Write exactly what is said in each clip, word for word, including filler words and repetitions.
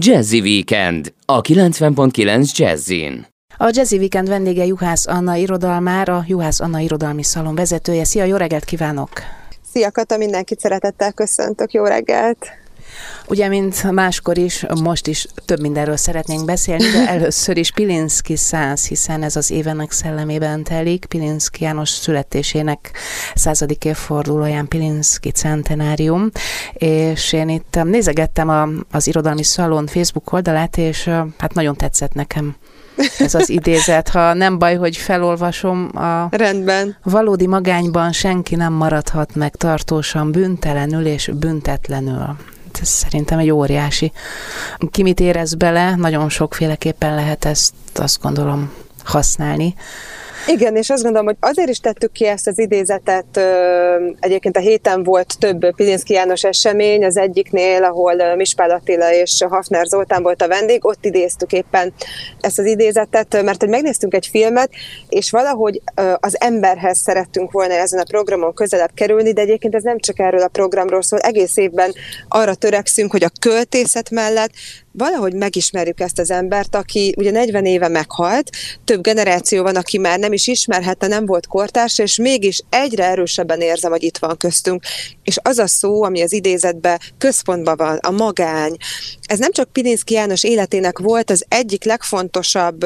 Jazzy Weekend a kilencven pont kilenc Jazzin. A Jazzy Weekend vendége Juhász Anna irodalmár, a Juhász Anna irodalmi szalon vezetője. Szia, jó reggelt kívánok! Szia Kata, mindenkit szeretettel köszöntök, jó reggelt! Ugye, mint máskor is, most is több mindenről szeretnénk beszélni, de először is Pilinszky száz, hiszen ez az évenek szellemében telik. Pilinszky János születésének századik évfordulóján Pilinszky centenárium, és én itt nézegettem a, az irodalmi szalon Facebook oldalát, és hát nagyon tetszett nekem ez az idézet. Ha nem baj, hogy felolvasom, a Rendben. Valódi magányban senki nem maradhat meg tartósan bűntelenül és büntetlenül. Ez szerintem egy óriási. Ki mit érez bele, nagyon sokféleképpen lehet ezt, azt gondolom, használni. Igen, és azt gondolom, hogy azért is tettük ki ezt az idézetet, egyébként a héten volt több Pilinszky János esemény, az egyiknél, ahol Mispál Attila és Hafner Zoltán volt a vendég, ott idéztük éppen ezt az idézetet, mert hogy megnéztünk egy filmet, és valahogy az emberhez szerettünk volna ezen a programon közelebb kerülni, de egyébként ez nem csak erről a programról szól, egész évben arra törekszünk, hogy a költészet mellett valahogy megismerjük ezt az embert, aki ugye negyven éve meghalt, több generáció van, aki már nem is ismerhette, nem volt kortárs, és mégis egyre erősebben érzem, hogy itt van köztünk. És az a szó, ami az idézetben központban van, a magány, ez nem csak Pilinszky János életének volt az egyik legfontosabb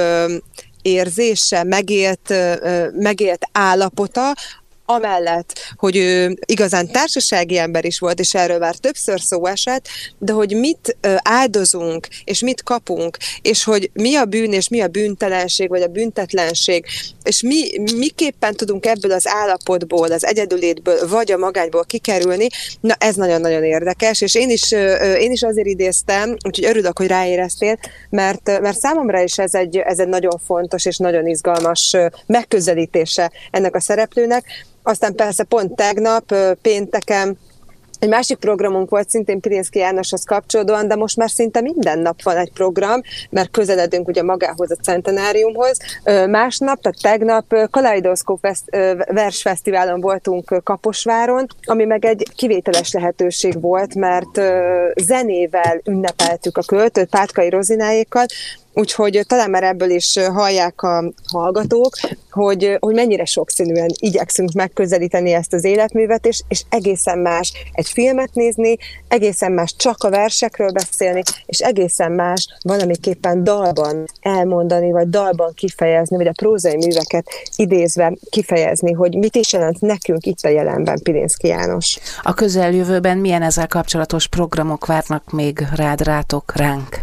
érzése, megélt, megélt állapota, amellett, hogy ő igazán társasági ember is volt, és erről már többször szó esett, de hogy mit áldozunk, és mit kapunk, és hogy mi a bűn, és mi a bűntelenség, vagy a büntetlenség, és mi, miképpen tudunk ebből az állapotból, az egyedülétből, vagy a magányból kikerülni, na ez nagyon-nagyon érdekes, és én is, én is azért idéztem, úgyhogy örülök, hogy ráéreztél, mert, mert számomra is ez egy, ez egy nagyon fontos és nagyon izgalmas megközelítése ennek a szereplőnek. Aztán persze pont tegnap, pénteken egy másik programunk volt, szintén Pilinszky Jánoshoz kapcsolódóan, de most már szinte minden nap van egy program, mert közeledünk ugye magához, a centenáriumhoz. Másnap, tehát tegnap Kaleidoszkóp versfesztiválon voltunk Kaposváron, ami meg egy kivételes lehetőség volt, mert zenével ünnepeltük a költőt, Pátkai Rozináékkal, úgyhogy talán már ebből is hallják a hallgatók, hogy, hogy mennyire sokszínűen igyekszünk megközelíteni ezt az életművet, és, és egészen más egy filmet nézni, egészen más csak a versekről beszélni, és egészen más valamiképpen dalban elmondani, vagy dalban kifejezni, vagy a prózai műveket idézve kifejezni, hogy mit is jelent nekünk itt a jelenben Pilinszky János. A közeljövőben milyen ezzel kapcsolatos programok várnak még rád, rátok, ránk?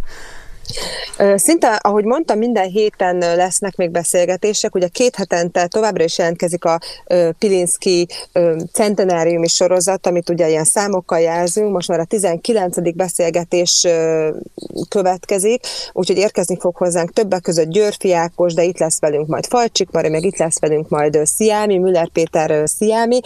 Szinte, ahogy mondtam, minden héten lesznek még beszélgetések, ugye két hetente továbbra is jelentkezik a Pilinszky centenáriumi sorozat, amit ugye ilyen számokkal jelzünk, most már a tizenkilencedik beszélgetés következik, úgyhogy érkezni fog hozzánk többek között Györffy Ákos, de itt lesz velünk majd Falcsik Mari, meg itt lesz velünk majd Sziámi, Müller Péter Sziámi,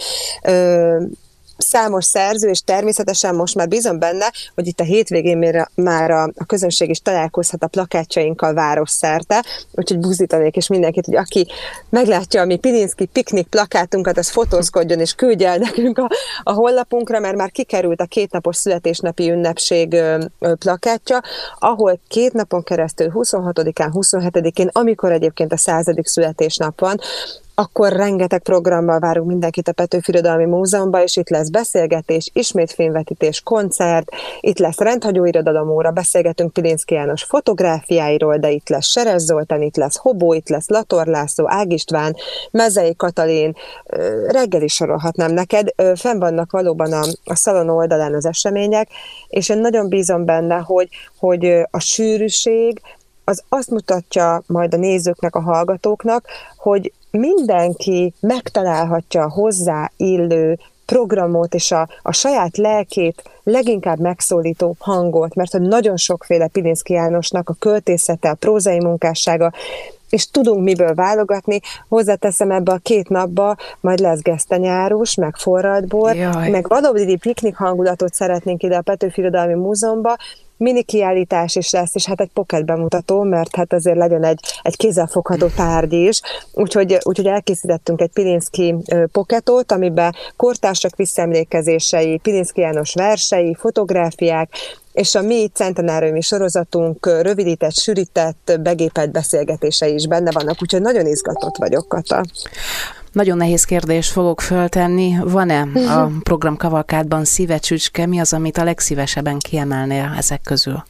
számos szerző, és természetesen most már bízom benne, hogy itt a hétvégén már a, a közönség is találkozhat a plakátjainkkal városszerte, úgyhogy buzdítanék és mindenkit, hogy aki meglátja a mi Pilinszky piknik plakátunkat, az fotózkodjon és küldje el nekünk a, a honlapunkra, mert már kikerült a kétnapos születésnapi ünnepség ö, ö, plakátja, ahol két napon keresztül huszonhatodikán, huszonhetedikén, amikor egyébként a századik születésnap van, akkor rengeteg programmal várunk mindenkit a Petőfi Irodalmi Múzeumban, és itt lesz beszélgetés, ismét filmvetítés, koncert, itt lesz rendhagyó irodalomóra, beszélgetünk Pilinszky János fotográfiáiról, de itt lesz Seres Zoltán, itt lesz Hobó, itt lesz Lator László, Ág István, Mezei Katalin, reggel is sorolhatnám neked, fenn vannak valóban a, a szalon oldalán az események, és én nagyon bízom benne, hogy, hogy a sűrűség az azt mutatja majd a nézőknek, a hallgatóknak, hogy mindenki megtalálhatja hozzá illő programot és a, a saját lelkét leginkább megszólító hangot, mert hogy nagyon sokféle Pilinszky Jánosnak a költészete, a prózai munkássága, és tudunk miből válogatni. Hozzáteszem, ebbe a két napba majd lesz gesztenyárus, meg forradbor, meg valódi piknik hangulatot szeretnénk ide a Petőfi Irodalmi Múzeumba, mini kiállítás is lesz, és hát egy pocket bemutató, mert hát azért legyen egy, egy kézzelfogható tárgy is. Úgyhogy, úgyhogy elkészítettünk egy Pilinszky pocketot, amiben kortársak visszaemlékezései, Pilinszky János versei, fotográfiák, és a mi centenáriumi sorozatunk rövidített, sűrített, begépelt beszélgetései is benne vannak, úgyhogy nagyon izgatott vagyok, Kata. Nagyon nehéz kérdést fogok föltenni. Van-e a program kavalkádban szívecsücske? Mi az, amit a legszívesebben kiemelnél ezek közül?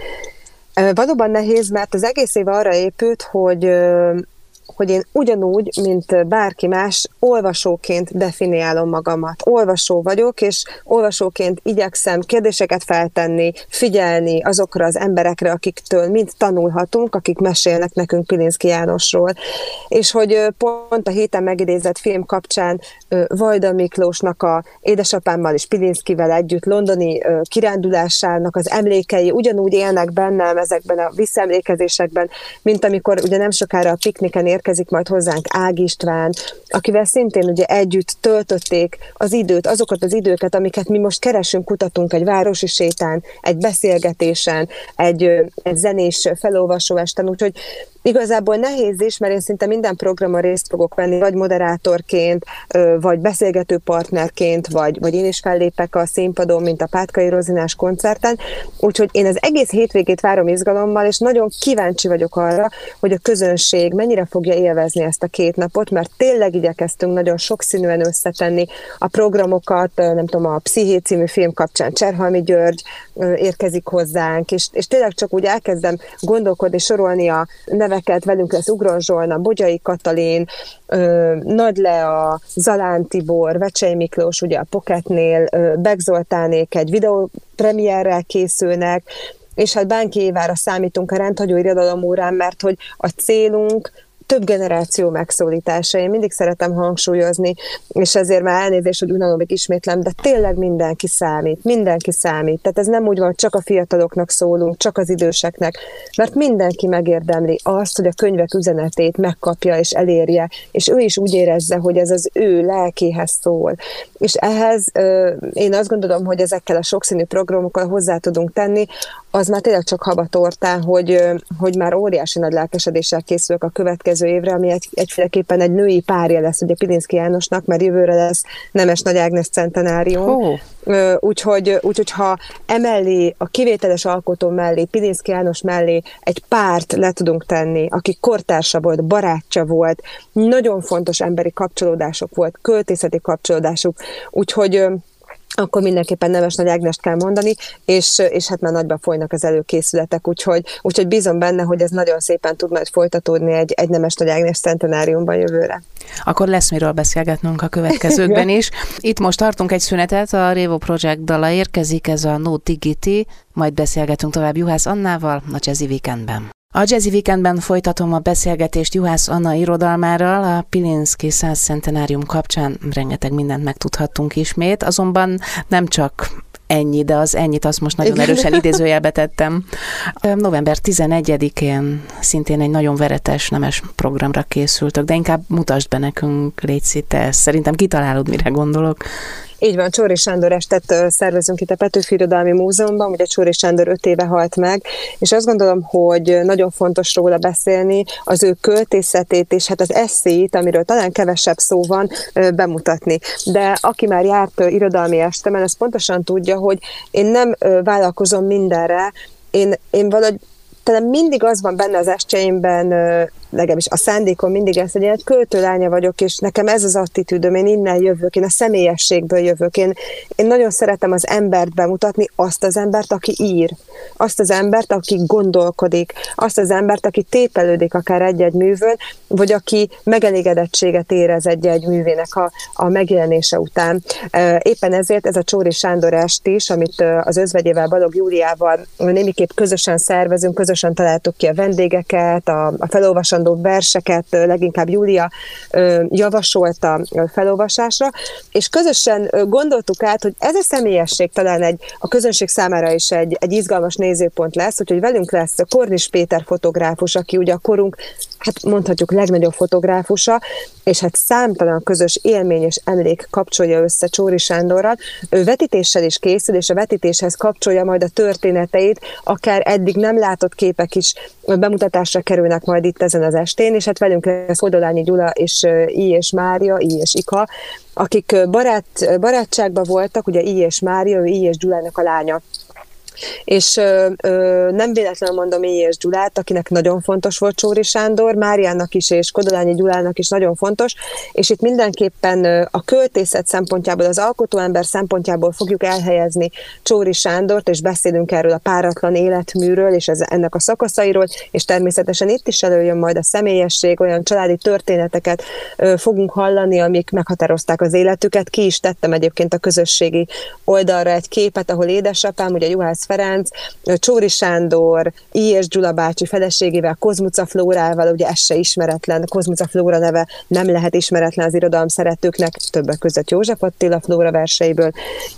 Valóban nehéz, mert az egész év arra épült, hogy hogy én ugyanúgy, mint bárki más, olvasóként definiálom magamat. Olvasó vagyok, és olvasóként igyekszem kérdéseket feltenni, figyelni azokra az emberekre, akiktől mind tanulhatunk, akik mesélnek nekünk Pilinszky Jánosról. És hogy pont a héten megidézett film kapcsán Vajda Miklósnak a édesapámmal és Pilinszkyvel együtt londoni kirándulásának az emlékei ugyanúgy élnek bennem ezekben a visszaemlékezésekben, mint amikor ugye nem sokára a pikniken érkezik majd hozzánk Ág István, akivel szintén ugye együtt töltötték az időt, azokat az időket, amiket mi most keresünk, kutatunk egy városi sétán, egy beszélgetésen, egy, egy zenés felolvasó esten, úgyhogy igazából nehéz is, mert én szinte minden programon részt fogok venni, vagy moderátorként, vagy beszélgető partnerként, vagy, vagy én is fellépek a színpadon, mint a Pátkai Rozinás koncerten. Úgyhogy én az egész hétvégét várom izgalommal, és nagyon kíváncsi vagyok arra, hogy a közönség mennyire fogja élvezni ezt a két napot, mert tényleg igyekeztünk nagyon sokszínűen összetenni a programokat, nem tudom, a Psziché című film kapcsán Cserhalmi György érkezik hozzánk, és, és tényleg csak úgy elkezdem gondolkodni, sorolni a neveket, velünk lesz Ugron Zsolna, Bogyai Katalin, Nagy Lea, Zalán Tibor, Vecsei Miklós, ugye a Pocketnél, Beck Zoltánék egy videópremierrel készülnek, és hát Bánki Évára számítunk a rendhagyó irodalom órán, mert hogy a célunk több generáció megszólítása. Én mindig szeretem hangsúlyozni, és ezért már elnézést, hogy unalomig ismétlem, de tényleg mindenki számít, mindenki számít. Tehát ez nem úgy van, csak a fiataloknak szólunk, csak az időseknek, mert mindenki megérdemli azt, hogy a könyvek üzenetét megkapja és elérje, és ő is úgy érezze, hogy ez az ő lelkéhez szól. És ehhez én azt gondolom, hogy ezekkel a sokszínű programokkal hozzá tudunk tenni, az már tényleg csak habatortán, hogy, hogy már óriási nagy lelkesedéssel készülök a következő évre, ami egy, egyféleképpen egy női párja lesz ugye Pilinszky Jánosnak, mert jövőre lesz Nemes Nagy Ágnes centenárium. Oh. Úgyhogy, úgyhogy ha emellé, a kivételes alkotó mellé, Pilinszky János mellé egy párt le tudunk tenni, aki kortársa volt, barátja volt, nagyon fontos emberi kapcsolódások volt, költészeti kapcsolódások, úgyhogy akkor mindenképpen Nemes Nagy Ágnest kell mondani, és, és hát már nagyban folynak az előkészületek, úgyhogy, úgyhogy bízom benne, hogy ez nagyon szépen tud majd folytatódni egy, egy Nemes Nagy Ágnes centenáriumban jövőre. Akkor lesz miről beszélgetnünk a következőkben is. Itt most tartunk egy szünetet, a Revo Project dala érkezik, ez a No Digiti, majd beszélgetünk tovább Juhász Annával a Jazzy Weekendben. A Jazzy Weekendben folytatom a beszélgetést Juhász Anna irodalmárral, a Pilinszky száz centenárium kapcsán rengeteg mindent megtudhattunk ismét, azonban nem csak ennyi, de az ennyit azt most nagyon erősen idézőjelbe tettem. november tizenegyedikén szintén egy nagyon veretes nemes programra készültök, de inkább mutasd be nekünk, légy te, szerintem kitalálod, mire gondolok. Így van, Csóri Sándor estet szervezünk itt a Petőfi Irodalmi Múzeumban, ugye Csóri Sándor öt éve halt meg, és azt gondolom, hogy nagyon fontos róla beszélni, az ő költészetét és hát az eszéit, amiről talán kevesebb szó van, bemutatni. De aki már járt irodalmi estemen, az pontosan tudja, hogy én nem vállalkozom mindenre, én, én valahogy talán mindig az van benne az estjeimben, legalábbis a szándékom mindig ez, hogy én egy költőlánya vagyok, és nekem ez az attitűdöm, én innen jövök, én a személyességből jövök, én, én nagyon szeretem az embert bemutatni, azt az embert, aki ír, azt az embert, aki gondolkodik, azt az embert, aki tépelődik akár egy-egy művön, vagy aki megelégedettséget érez egy-egy művének a, a megjelenése után. Éppen ezért ez a Csóri Sándor est is, amit az özvegyével, Balogh Júliával némiképp közösen szervezünk, közösen közösen találtuk ki a vendégeket, a, a felolvasandó verseket, leginkább Júlia javasolta a felolvasásra, és közösen gondoltuk át, hogy ez a személyesség talán egy, a közönség számára is egy, egy izgalmas nézőpont lesz, úgyhogy velünk lesz Kornis Péter fotográfus, aki ugye a korunk, hát mondhatjuk legnagyobb fotográfusa, és hát számtalan közös élmény és emlék kapcsolja össze Csoóri Sándorral. Ő vetítéssel is készül, és a vetítéshez kapcsolja majd a történeteit, akár eddig nem látott képek is bemutatásra kerülnek majd itt ezen az estén, és hát velünk lesz Oldolányi Gyula és I. és Mária, I. és Ika, akik barát, barátságban voltak, ugye I. és Mária, ő I. és Gyulának a lánya. És ö, ö, nem véletlenül mondom I. és Gyulát, akinek nagyon fontos volt Csoóri Sándor, Máriának is és Kodolányi Gyulának is nagyon fontos, és itt mindenképpen ö, a költészet szempontjából, az alkotóember szempontjából fogjuk elhelyezni Csoóri Sándort, és beszélünk erről a páratlan életműről, és ez, ennek a szakaszairól, és természetesen itt is előjön majd a személyesség, olyan családi történeteket ö, fogunk hallani, amik meghatározták az életüket. Ki is tettem egyébként a közösségi oldalra egy képet, ahol édesapám, ugye Juhász Ferenc, Csoóri Sándor, I. és Gyula bácsi feleségével, Kozmuca Flórával, ugye ez se ismeretlen, Kozmuca Flóra neve nem lehet ismeretlen az irodalom szeretőknek, többek között József Attila Flóra verseiből,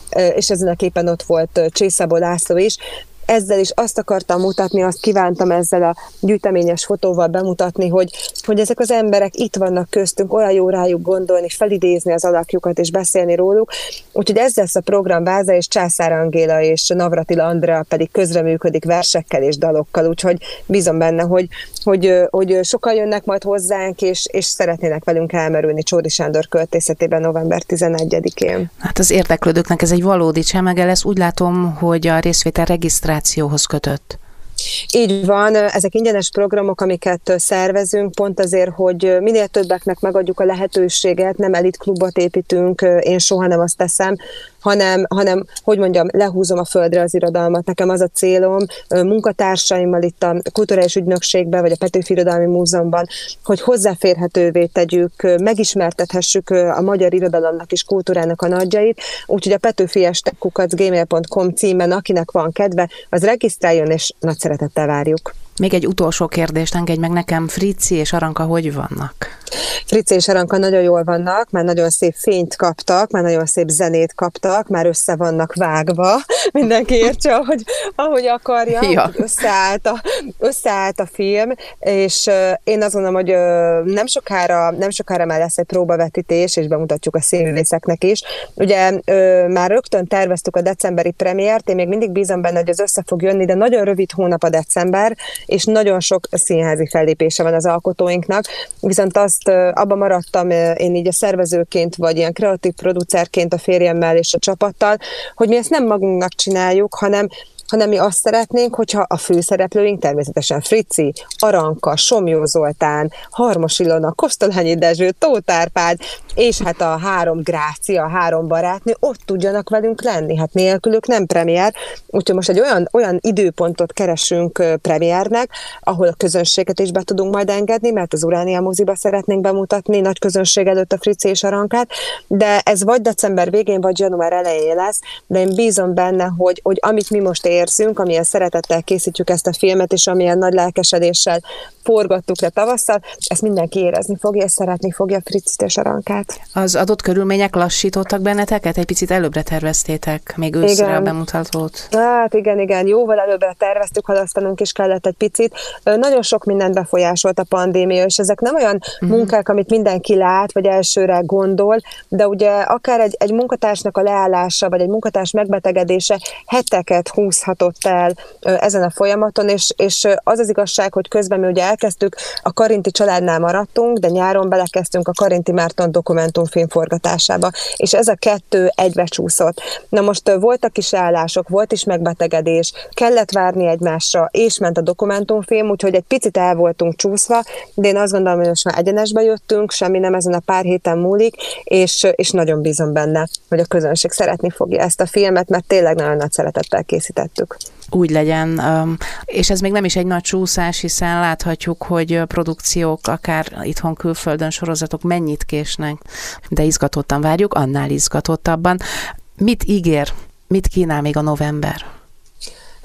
és ezen a képen ott volt Csészabó László is. Ezzel is azt akartam mutatni, azt kívántam ezzel a gyűjteményes fotóval bemutatni, hogy, hogy ezek az emberek itt vannak köztünk, olyan jó rájuk gondolni, felidézni az alakjukat és beszélni róluk. Úgyhogy ez lesz a program váza, és Császár Angéla és Navratila Andrea pedig közreműködik versekkel és dalokkal, úgyhogy bízom benne, hogy, hogy, hogy sokan jönnek majd hozzánk, és, és szeretnének velünk elmerülni Csoóri Sándor költészetében november tizenegyedikén. Hát az érdeklődőknek ez egy valódi csemege lesz. Úgy látom, hogy a részvétel regisztrációhoz kötött. Így van, ezek ingyenes programok, amiket szervezünk, pont azért, hogy minél többeknek megadjuk a lehetőséget, nem elitklubot építünk, én soha nem azt teszem, hanem, hanem, hogy mondjam, lehúzom a földre az irodalmat. Nekem az a célom munkatársaimmal itt a Kulturális Ügynökségben, vagy a Petőfi Irodalmi Múzeumban, hogy hozzáférhetővé tegyük, megismertethessük a magyar irodalomnak és kultúrának a nagyjait, úgyhogy a petőfiestek kukac gmail pont com címen, akinek van kedve, az regisztráljon, és nagy szeretettel várjuk. Még egy utolsó kérdést engedj meg nekem, Frici és Aranka hogy vannak? Frici és Aranka nagyon jól vannak, már nagyon szép fényt kaptak, már nagyon szép zenét kaptak, már össze vannak vágva, mindenki értse, ahogy, ahogy akarja, ja. összeállt, a, összeállt a film, és én azt gondolom, hogy nem sokára, nem sokára már lesz egy próbavetítés, és bemutatjuk a színművészeknek is. Ugye már rögtön terveztük a decemberi premiért, én még mindig bízom benne, hogy az össze fog jönni, de nagyon rövid hónap a december, és nagyon sok színházi fellépése van az alkotóinknak, viszont azt abban maradtam én így a szervezőként, vagy ilyen kreatív producerként a férjemmel és a csapattal, hogy mi ezt nem magunknak csináljuk, hanem hanem mi azt szeretnénk, hogyha a főszereplőink természetesen Frici, Aranka, Somlyó Zoltán, Harmos Ilona, Kosztolányi Dezső, Tóth Árpád, és hát a három Grácia, a három barátnő ott tudjanak velünk lenni. Hát nélkülük nem premier, úgyhogy most egy olyan, olyan időpontot keresünk premiernek, ahol a közönséget is be tudunk majd engedni, mert az Uránia moziba szeretnénk bemutatni nagy közönség előtt a Frici és Arankát, de ez vagy december végén, vagy január elején lesz, de én bízom benne, hogy, hogy amit mi most érzünk, amilyen szeretettel készítjük ezt a filmet, és amilyen nagy lelkesedéssel forgattuk le tavasszal, ezt mindenki érezni fogja, és szeretni fogja Fricit és Arankát. Az adott körülmények lassítottak benneteket? Egy picit előbbre terveztétek még őszre a bemutatót? Hát igen, igen, jóval előbbre terveztük, halasztanunk is kellett egy picit. Nagyon sok mindent befolyásolt a pandémia, és ezek nem olyan uh-huh. munkák, amit mindenki lát, vagy elsőre gondol, de ugye akár egy, egy munkatársnak a leállása, vagy egy munkatárs megbetegedése heteket húzhatott el ezen a folyamaton, és, és az az igazság, hogy közben mi ugye elkezdtük, a Karinti családnál maradtunk, de nyáron belekezdtünk a Karinti Márton dokumentumfilm forgatásába, és ez a kettő egybecsúszott. Na most voltak is állások, volt is megbetegedés, kellett várni egymásra, és ment a dokumentumfilm, úgyhogy egy picit el voltunk csúszva, de én azt gondolom, hogy most már egyenesbe jöttünk, semmi nem ezen a pár héten múlik, és, és nagyon bízom benne, hogy a közönség szeretni fogja ezt a filmet, mert tényleg nagyon nagy szeretettel készítettük. Úgy legyen, és ez még nem is egy nagy csúszás, hiszen láthatjuk, hogy produkciók, akár itthon külföldön sorozatok mennyit késnek, de izgatottan várjuk, annál izgatottabban. Mit ígér, mit kínál még a november?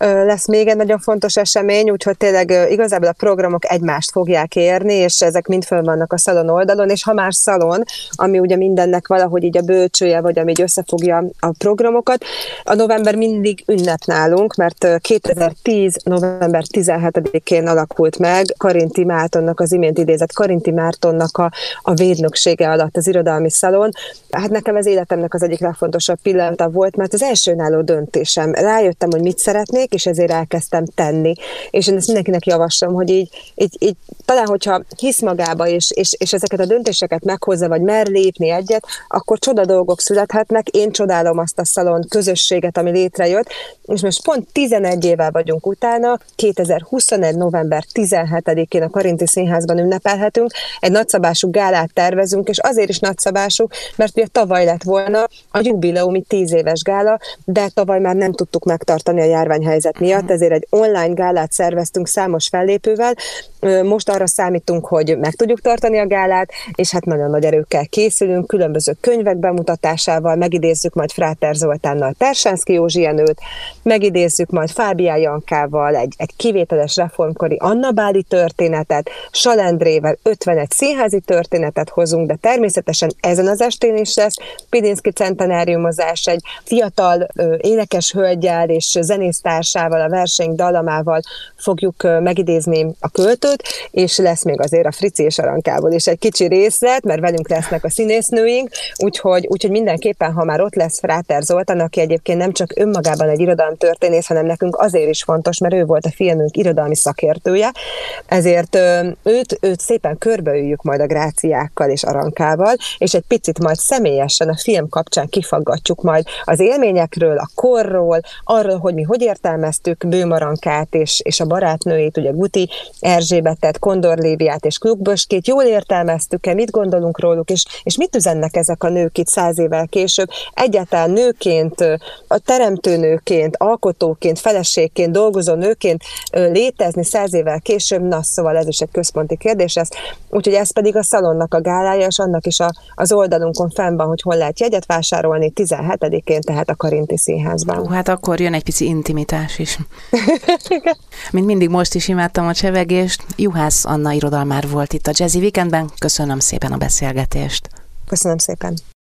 lesz még egy nagyon fontos esemény, úgyhogy tényleg igazából a programok egymást fogják érni, és ezek mind föl vannak a szalon oldalon, és ha már szalon, ami ugye mindennek valahogy így a bölcsője, vagy ami így összefogja a programokat, a november mindig ünnep nálunk, mert kétezer-tíz. november tizenhetedikén alakult meg Karinthy Mártonnak, az imént idézett Karinthy Mártonnak a, a védnöksége alatt az irodalmi szalon. Hát nekem ez életemnek az egyik legfontosabb pillanata volt, mert az első önálló döntésem. Rájöttem, hogy mit szeretnék, és ezért elkezdtem tenni. És én ezt mindenkinek javaslom, hogy így, így, így talán, hogyha hisz magába, és, és, és ezeket a döntéseket meghozza, vagy mer lépni egyet, akkor csoda dolgok születhetnek. Én csodálom azt a szalon közösséget, ami létrejött, és most pont tizenegy évvel vagyunk utána, kétezer-huszonegy. november tizenhetedikén a Karinthy Színházban ünnepelhetünk, egy nagyszabású gálát tervezünk, és azért is nagyszabású, mert ugye tavaly lett volna a jubileumi tíz éves gála, de tavaly már nem tudtuk megtartani a járványhelyzet miatt, ezért egy online gálát szerveztünk számos fellépővel. Most arra számítunk, hogy meg tudjuk tartani a gálát, és hát nagyon nagy erőkkel készülünk, különböző könyvek bemutatásával, megidézzük majd Fráter Zoltánnal Tersánszky Józsi Jenőt, megidézzük majd Fábián Jankával egy, egy kivételes reformkori Anna Báli történetet, Salendrével ötvenegy színházi történetet hozunk, de természetesen ezen az estén is lesz Pilinszky centenáriumozás, egy fiatal ö, énekes hölggyel és zenésztársával, a versenyt dallamával fogjuk ö, megidézni a költőt, és lesz még azért a Frici és Arankából is egy kicsi részlet, mert velünk lesznek a színésznőink, úgyhogy, úgyhogy mindenképpen, ha már ott lesz Fráter Zoltán, aki egyébként nem csak önmagában egy irodalomtörténész, hanem nekünk azért is fontos, mert ő volt a filmünk irodalmi szakértője, ezért ö, őt, őt szépen körbeüljük majd a Gráciákkal és Arankával, és egy picit majd személyesen a film kapcsán kifaggatjuk majd az élményekről, a korról, arról, hogy mi hogy értelmeztük Böhm Arankát és, és a barátnőjét, ugye Guti Erzsébetet, Kondor Léviát és Klukböskét, jól értelmeztük-e, mit gondolunk róluk, és, és mit üzennek ezek a nők itt száz évvel később, egyáltalán nőként, a teremtőnőként, alkotóként, feleségként, dolgozó nőként létezni száz évvel később, na szóval ez is egy központi kérdés lesz, úgyhogy ez pedig a szalonnak a gálája, és annak is a, az oldalunkon fenn van, hogy hol lehet jegyet vásárolni, tizenhetedikén, tehát a Karinthy Színházban. Ó, hát akkor jön egy pici intimitás is. Mint mindig most is imádtam a csevegést. Juhász Anna irodalmár volt itt a Jazzy Weekendben. Köszönöm szépen a beszélgetést. Köszönöm szépen.